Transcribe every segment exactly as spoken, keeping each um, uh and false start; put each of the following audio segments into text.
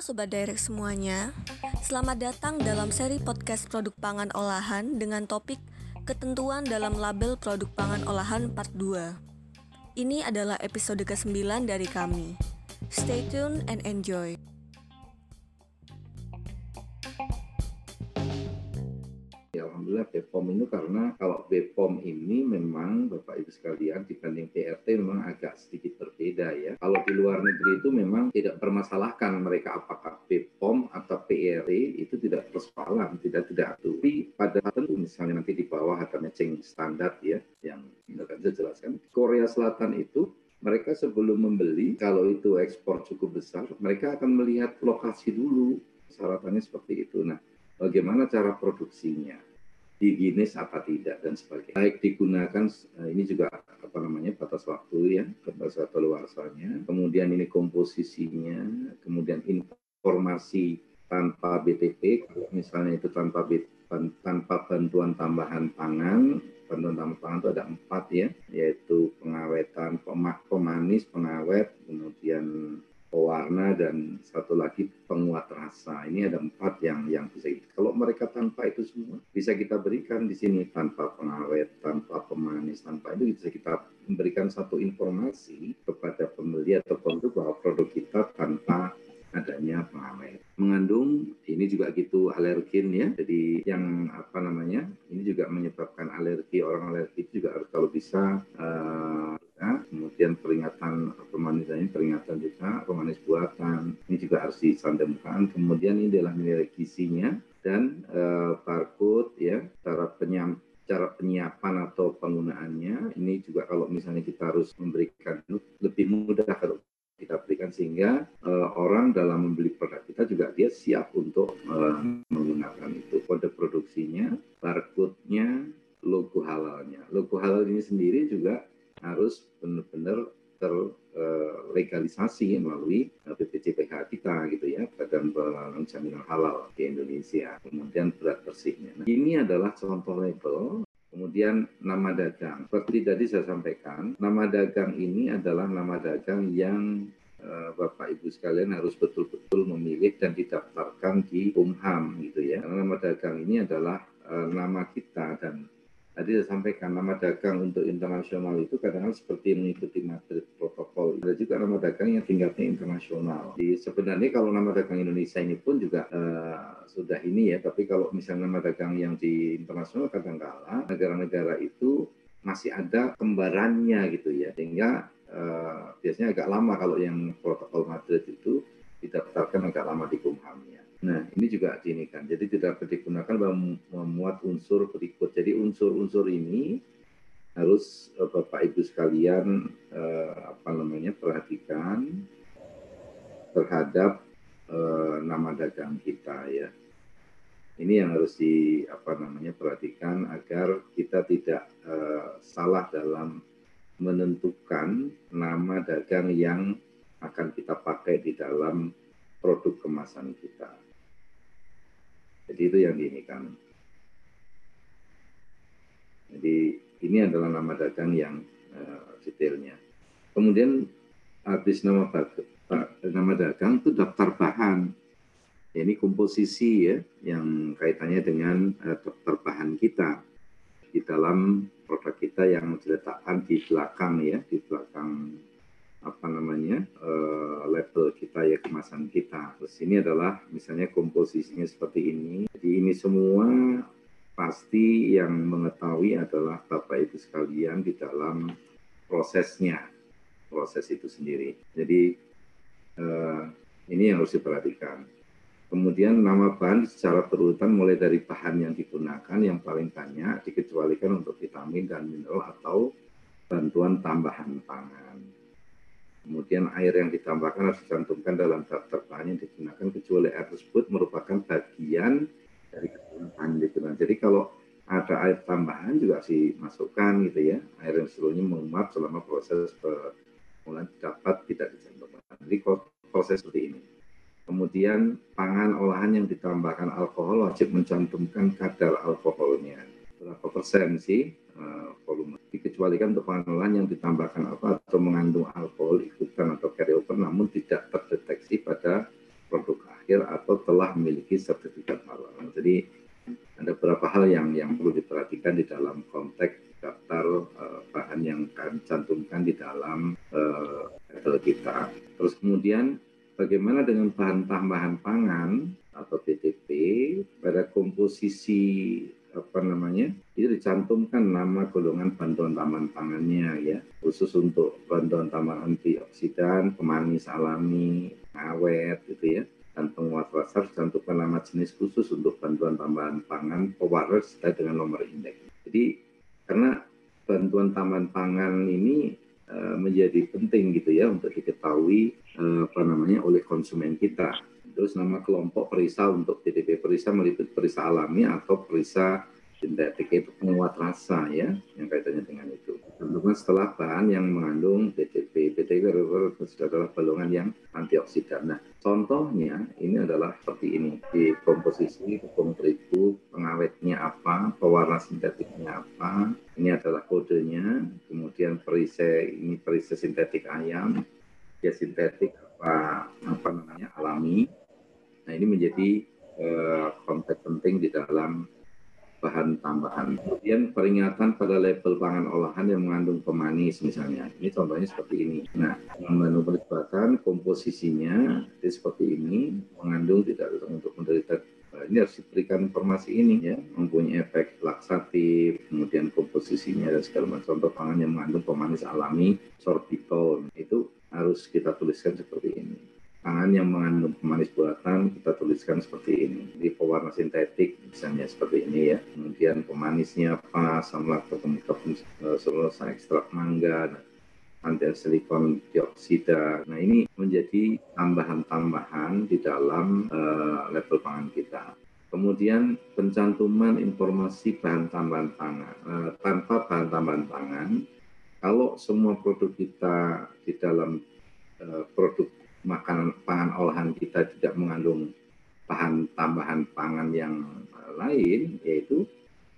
Sobat Direct semuanya, selamat datang dalam seri podcast produk pangan olahan dengan topik ketentuan dalam label produk pangan olahan part dua. Ini adalah episode kesembilan dari kami. Stay tune and enjoy. Ya, alhamdulillah B P O M itu karena kalau B P O M ini memang Bapak Ibu sekalian dibanding P R T memang agak sedikit berbeda ya. Kalau di luar negeri itu memang tidak permasalahkan mereka apakah B P O M atau P R T itu tidak persoalan, tidak tidak tapi pada tertentu misalnya nanti di bawah ada matching standar ya yang akan saya jelaskan. Korea Selatan itu mereka sebelum membeli kalau itu ekspor cukup besar mereka akan melihat lokasi dulu, syaratannya seperti itu. Nah, bagaimana cara produksinya, higienis apa tidak dan sebagainya. Baik digunakan ini juga apa namanya batas waktu ya, batas waktu luarsanya. Kemudian ini komposisinya, kemudian informasi tanpa B T P. Kalau misalnya itu tanpa tanpa bantuan tambahan pangan, bantuan tambahan pangan itu ada empat ya, yaitu pengawetan, pemanis, pengawet, kemudian pewarna dan satu lagi penguat rasa. Ini ada empat yang yang bisa kita. Kalau mereka tanpa itu semua bisa kita berikan di sini tanpa pengawet, tanpa pemanis, tanpa itu bisa kita memberikan satu informasi kepada pembeli atau produk bahwa produk kita tanpa adanya pengawet. Mengandung ini juga gitu alergen ya. Jadi yang apa namanya ini juga menyebabkan alergi. Orang alergi itu juga harus kalau bisa uh, ya, kemudian peringatan pemanisannya peringatan juga pemanis buatan ini juga harus disandemkan. Kemudian ini adalah nilai gizinya dan uh, barcode ya cara penyam cara penyiapan atau penggunaannya. Ini juga kalau misalnya kita harus memberikan lebih mudah kalau kita berikan sehingga uh, orang dalam membeli produk kita juga dia siap untuk uh, menggunakan itu. Kode produksinya, barcode-nya, logo halalnya. Logo halal ini sendiri juga harus benar-benar terlegalisasi uh, melalui uh, B P C P H kita gitu ya, Badan Penjaminan Halal di Indonesia. Kemudian berat bersihnya. Nah, ini adalah contoh label. Kemudian nama dagang. Seperti tadi saya sampaikan, nama dagang ini adalah nama dagang yang uh, Bapak Ibu sekalian harus betul-betul memilih dan didaftarkan di Kumham gitu ya. Karena nama dagang ini adalah uh, nama kita dan tadi saya sampaikan nama dagang untuk internasional itu kadang-kadang seperti mengikuti Madrid protokol. Ada juga nama dagang yang tingkatnya internasional. Jadi sebenarnya kalau nama dagang Indonesia ini pun juga uh, sudah ini ya, tapi kalau misalnya nama dagang yang di internasional kadang-kala negara-negara itu masih ada kembarannya gitu ya, sehingga uh, biasanya agak lama kalau yang protokol Madrid itu didaftarkan agak lama di Kumhamnya. Nah, ini juga diinikan. Jadi tidak digunakan memuat unsur berikut. Jadi unsur-unsur ini harus uh, Bapak Ibu sekalian uh, apa namanya perhatikan terhadap uh, nama dagang kita ya. Ini yang harus di apa namanya perhatikan agar kita tidak uh, salah dalam menentukan nama dagang yang akan kita pakai di dalam produk kemasan kita. Jadi itu yang diinikan. Jadi ini adalah nama dagang yang uh, detailnya. Kemudian habis nama, nama dagang itu daftar bahan. Ini komposisi ya yang kaitannya dengan uh, daftar bahan kita di dalam produk kita yang diletakkan di belakang ya, di belakang apa namanya uh, label kita ya, kemasan kita. Terus ini adalah misalnya komposisinya seperti ini. Jadi ini semua pasti yang mengetahui adalah Bapak Ibu sekalian di dalam prosesnya, proses itu sendiri. Jadi uh, ini yang harus diperhatikan. Kemudian nama bahan secara berurutan mulai dari bahan yang digunakan yang paling banyak dikecualikan untuk vitamin dan mineral atau bantuan tambahan pangan. Kemudian air yang ditambahkan harus dicantumkan dalam daftar bahan yang digunakan kecuali air tersebut merupakan bagian dari kebutuhan digunakan. Jadi kalau ada air tambahan juga dimasukkan gitu ya. Air yang seluruhnya menguap selama proses pengolahan dapat tidak dicantumkan. Jadi proses seperti ini. Kemudian pangan olahan yang ditambahkan alkohol wajib mencantumkan kadar alkoholnya. Berapa persen sih uh, volume? Dikecualikan untuk pangan olahan yang ditambahkan apa atau mengandung alkohol ikutan atau carry over namun tidak terdeteksi pada produk akhir. terakhir atau telah memiliki sertifikat halal. Jadi ada beberapa hal yang yang perlu diperhatikan di dalam konteks daftar uh, bahan yang kami cantumkan di dalam uh, label kita. Terus kemudian bagaimana dengan bahan tambahan pangan atau B T P pada komposisi apa namanya itu dicantumkan nama golongan bantuan tambahan pangannya ya, khusus untuk bantuan tambahan antioksidan, pemanis alami, awet gitu ya, dan penguat rasa dicantumkan nama jenis khusus untuk bantuan tambahan pangan pewarna serta dengan nomor indeks. Jadi karena bantuan tambahan pangan ini uh, menjadi penting gitu ya untuk diketahui uh, apa namanya oleh konsumen kita. Terus nama kelompok perisa untuk B T P perisa meliputi perisa alami atau perisa sintetik, itu penguat rasa ya, yang kaitannya dengan itu. Tentunya setelah bahan yang mengandung B T P, B T P adalah golongan yang antioksidan. Nah, contohnya ini adalah seperti ini, di komposisi tepung terigu, pengawetnya apa, pewarna sintetiknya apa, ini adalah kodenya, kemudian perisai, ini perisai sintetik ayam, ya sintetik apa, apa namanya, alami. Nah, ini menjadi eh, konteks penting di dalam bahan tambahan. Kemudian peringatan pada label pangan olahan yang mengandung pemanis misalnya. Ini contohnya seperti ini. Nah, mengandung penisbatan komposisinya itu seperti ini, mengandung tidak untuk menderita. Ini harus diberikan informasi ini ya, mempunyai efek laksatif, kemudian komposisinya dan segala macam. Contoh pangan yang mengandung pemanis alami, sorbitol, itu harus kita tuliskan seperti ini. Pangan yang mengandung pemanis buatan kita tuliskan seperti ini. Di pewarna sintetik misalnya seperti ini ya. Kemudian pemanisnya apa, samlat tepung-tepung selulosa ekstrak mangga, anti silikon dioksida. Nah ini menjadi tambahan-tambahan di dalam uh, label pangan kita. Kemudian pencantuman informasi bahan tambahan pangan. Uh, tanpa bahan tambahan pangan, kalau semua produk kita di dalam uh, produk makanan pangan olahan kita tidak mengandung bahan tambahan pangan yang lain, yaitu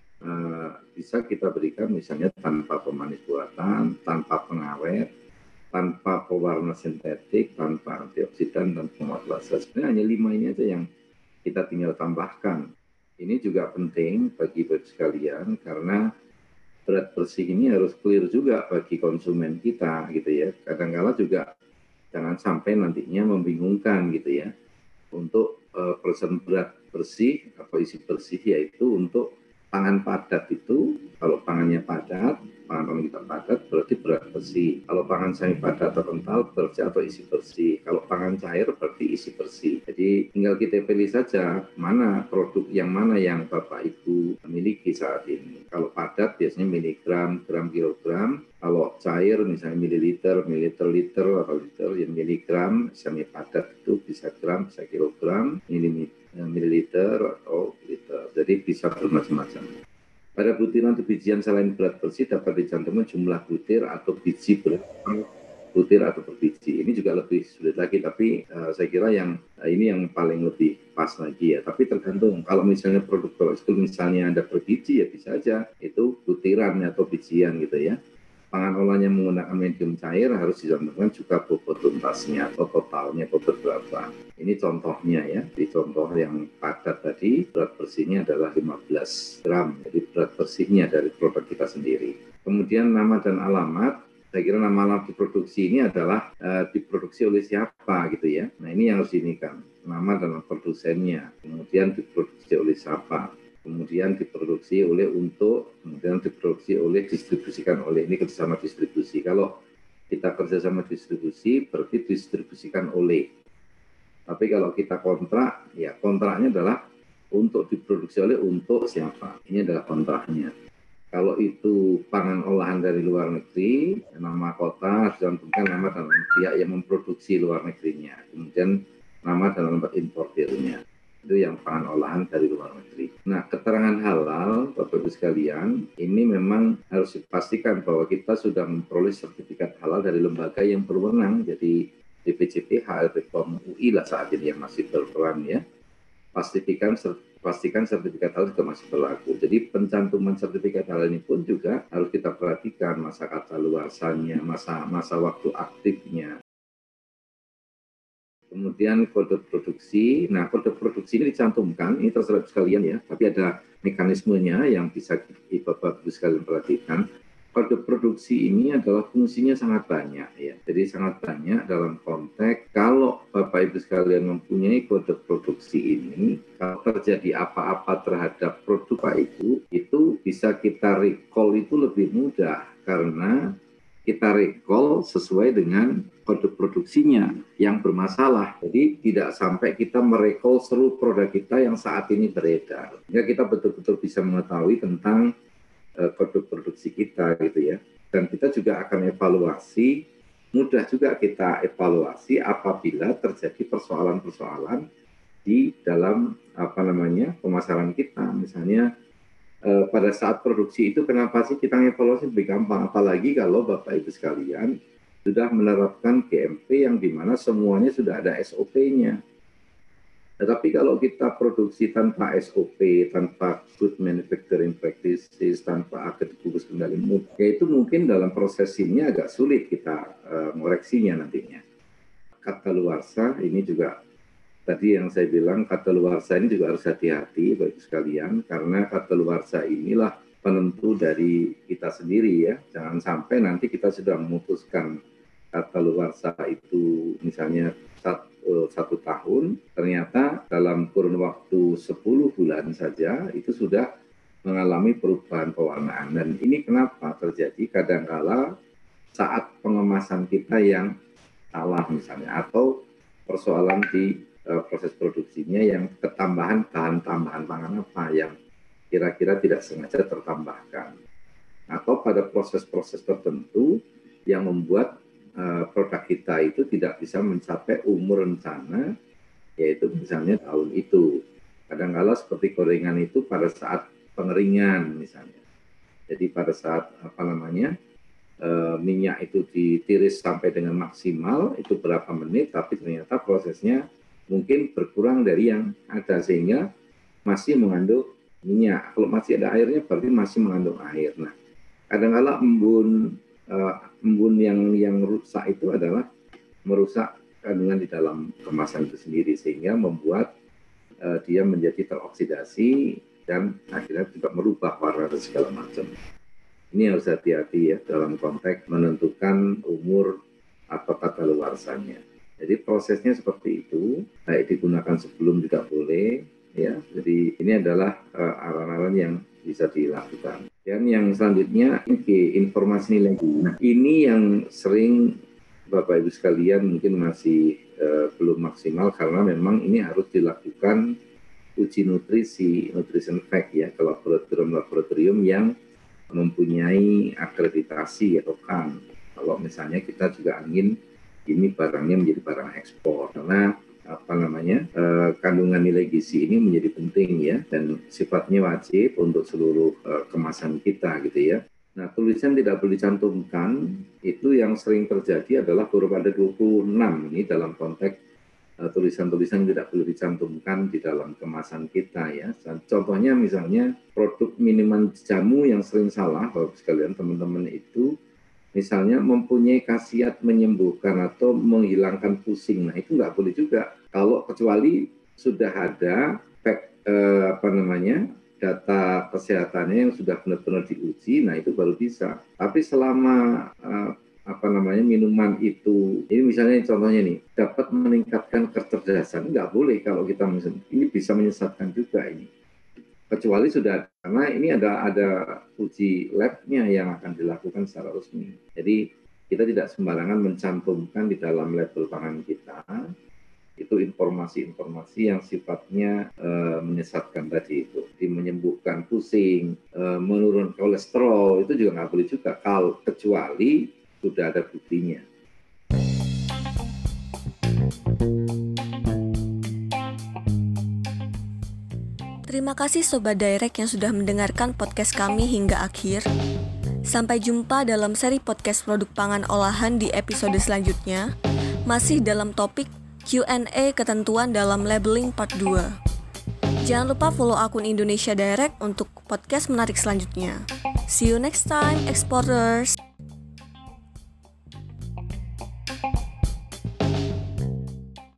uh, bisa kita berikan misalnya tanpa pemanis buatan, tanpa pengawet, tanpa pewarna sintetik, tanpa antioksidan dan penguat rasa. Sebenarnya hanya lima ini aja yang kita tinggal tambahkan. Ini juga penting bagi bagi sekalian karena berat bersih ini harus clear juga bagi konsumen kita gitu ya. Kadang-kala juga jangan sampai nantinya membingungkan gitu ya. Untuk uh, persen berat bersih atau isi bersih yaitu untuk pangan padat itu, kalau pangannya padat, pangan kita padat berarti berat bersih. Kalau pangan semi padat atau kental berarti atau isi bersih. Kalau pangan cair berarti isi bersih. Jadi tinggal kita pilih saja mana produk yang mana yang Bapak Ibu miliki saat ini. Kalau padat biasanya miligram, gram, kilogram. Kalau cair misalnya mililiter, mililiter, liter atau liter, yang miligram, semi padat itu bisa gram, bisa kilogram, mililiter atau liter. Jadi bisa bermacam-macam. Pada butiran atau bijian selain berat bersih dapat dicantumkan jumlah butir atau biji berat butir atau berbiji. Ini juga lebih sulit lagi, tapi uh, saya kira yang uh, ini yang paling lebih pas lagi ya. Tapi tergantung, kalau misalnya produk itu misalnya ada berbiji ya bisa aja itu butiran atau bijian gitu ya. Pangan olahan yang menggunakan medium cair harus dicantumkan juga bobot tuntasnya atau totalnya bobot berapa. Ini contohnya ya, di contoh yang padat tadi berat bersihnya adalah lima belas gram, jadi berat bersihnya dari produk kita sendiri. Kemudian nama dan alamat, saya kira nama alamat diproduksi ini adalah uh, diproduksi oleh siapa gitu ya. Nah ini yang harus diinikan, nama dan produsennya, kemudian diproduksi oleh siapa. Kemudian diproduksi oleh untuk, kemudian diproduksi oleh, distribusikan oleh, ini kerjasama distribusi. Kalau kita kerjasama distribusi, berarti distribusikan oleh. Tapi kalau kita kontrak, ya kontraknya adalah untuk diproduksi oleh, untuk siapa. Ini adalah kontraknya. Kalau itu pangan olahan dari luar negeri, nama kota harus dicantumkan nama dan pihak yang memproduksi luar negerinya. Kemudian nama dan alamat importirnya. Itu yang pangan olahan dari luar negeri. Nah, keterangan halal, Bapak Ibu sekalian, ini memang harus dipastikan bahwa kita sudah memperoleh sertifikat halal dari lembaga yang berwenang, jadi D P C P, H L B P O M, U I lah saat ini yang masih berperan ya. Pastikan, pastikan sertifikat halal juga masih berlaku. Jadi pencantuman sertifikat halal ini pun juga harus kita perhatikan masa kadaluarsanya, masa masa waktu aktifnya. kemudian kode produksi. Nah, kode produksi ini dicantumkan, ini terserah sekalian ya, tapi ada mekanismenya yang bisa Bapak Ibu sekalian perhatikan. Kode produksi ini adalah fungsinya sangat banyak ya. Jadi sangat banyak dalam konteks kalau Bapak Ibu sekalian mempunyai kode produksi ini, kalau terjadi apa-apa terhadap produk Bapak Ibu, itu bisa kita recall itu lebih mudah karena kita recall sesuai dengan kode produksinya yang bermasalah. Jadi tidak sampai kita merecall seluruh produk kita yang saat ini beredar. Sehingga kita betul-betul bisa mengetahui tentang kode produksi kita gitu ya, dan kita juga akan evaluasi, mudah juga kita evaluasi apabila terjadi persoalan-persoalan di dalam apa namanya pemasaran kita. Misalnya eh, pada saat produksi itu kenapa sih kita evaluasi lebih gampang, apalagi kalau Bapak Ibu sekalian sudah menerapkan G M P yang dimana semuanya sudah ada S O P-nya. Tetapi kalau kita produksi tanpa S O P, tanpa good manufacturing practices, tanpa akad gugus kendali mutu, ya itu mungkin dalam proses ini agak sulit kita uh, mengoreksinya nantinya. Kadaluarsa ini juga, tadi yang saya bilang kadaluarsa ini juga harus hati-hati Bapak Ibu sekalian, karena kadaluarsa inilah penentu dari kita sendiri ya. Jangan sampai nanti kita sudah memutuskan kadaluarsa itu misalnya satu, satu tahun, ternyata dalam kurun waktu sepuluh bulan saja itu sudah mengalami perubahan pewarnaan. Dan ini kenapa terjadi? Kadangkala saat pengemasan kita yang salah misalnya, atau persoalan di uh, proses produksinya yang ketambahan bahan tambahan pangan apa yang kira-kira tidak sengaja tertambahkan. Atau pada proses-proses tertentu yang membuat produk kita itu tidak bisa mencapai umur rencana, yaitu misalnya tahun itu. Kadang-kala seperti gorengan itu pada saat pengeringan misalnya. Jadi pada saat apa namanya e, minyak itu ditiris sampai dengan maksimal itu berapa menit, tapi ternyata prosesnya mungkin berkurang dari yang ada sehingga masih mengandung minyak. Kalau masih ada airnya berarti masih mengandung air. Nah, kadang-kala embun Uh, embun yang yang rusak itu adalah merusak kandungan di dalam kemasan itu sendiri sehingga membuat uh, dia menjadi teroksidasi dan akhirnya juga merubah warna dan segala macam. Ini harus hati-hati ya dalam konteks menentukan umur atau kadaluarsanya. Jadi prosesnya seperti itu, baik digunakan sebelum juga boleh ya. Jadi ini adalah uh, aran-aran yang bisa dilakukan. Dan yang selanjutnya ini informasi nilai gizi. Nah, ini yang sering Bapak Ibu sekalian mungkin masih uh, belum maksimal karena memang ini harus dilakukan uji nutrisi, nutrition fact ya, ke laboratorium-laboratorium yang mempunyai akreditasi atau K A N. Kalau misalnya kita juga ingin ini barangnya menjadi barang ekspor, karena apa namanya uh, kandungan nilai gizi ini menjadi penting ya dan sifatnya wajib untuk seluruh uh, kemasan kita gitu ya. Nah, tulisan tidak boleh dicantumkan itu yang sering terjadi adalah huruf ada dua puluh enam ini dalam konteks uh, tulisan-tulisan tidak boleh dicantumkan di dalam kemasan kita ya. Contohnya misalnya produk minuman jamu yang sering salah Bapak sekalian teman-teman itu misalnya mempunyai khasiat menyembuhkan atau menghilangkan pusing. Nah, itu nggak boleh juga. Kalau kecuali sudah ada fact, eh, apa namanya data kesehatannya yang sudah benar-benar diuji, nah itu baru bisa. Tapi selama eh, apa namanya minuman itu, ini misalnya contohnya nih, dapat meningkatkan kecerdasan, nggak boleh kalau kita misalnya, ini bisa menyesatkan juga ini. Kecuali sudah, karena ini ada ada uji lab-nya yang akan dilakukan secara resmi. Jadi kita tidak sembarangan mencantumkan di dalam label pangan kita itu informasi-informasi yang sifatnya e, menyesatkan tadi itu, di menyembuhkan pusing, e, menurun kolesterol itu juga nggak boleh juga, kalau kecuali sudah ada buktinya. Terima kasih Sobat Direct yang sudah mendengarkan podcast kami hingga akhir. Sampai jumpa dalam seri podcast produk pangan olahan di episode selanjutnya, masih dalam topik Q and A ketentuan dalam labeling part dua. Jangan lupa follow akun Indonesia Direct untuk podcast menarik selanjutnya. See you next time, exporters!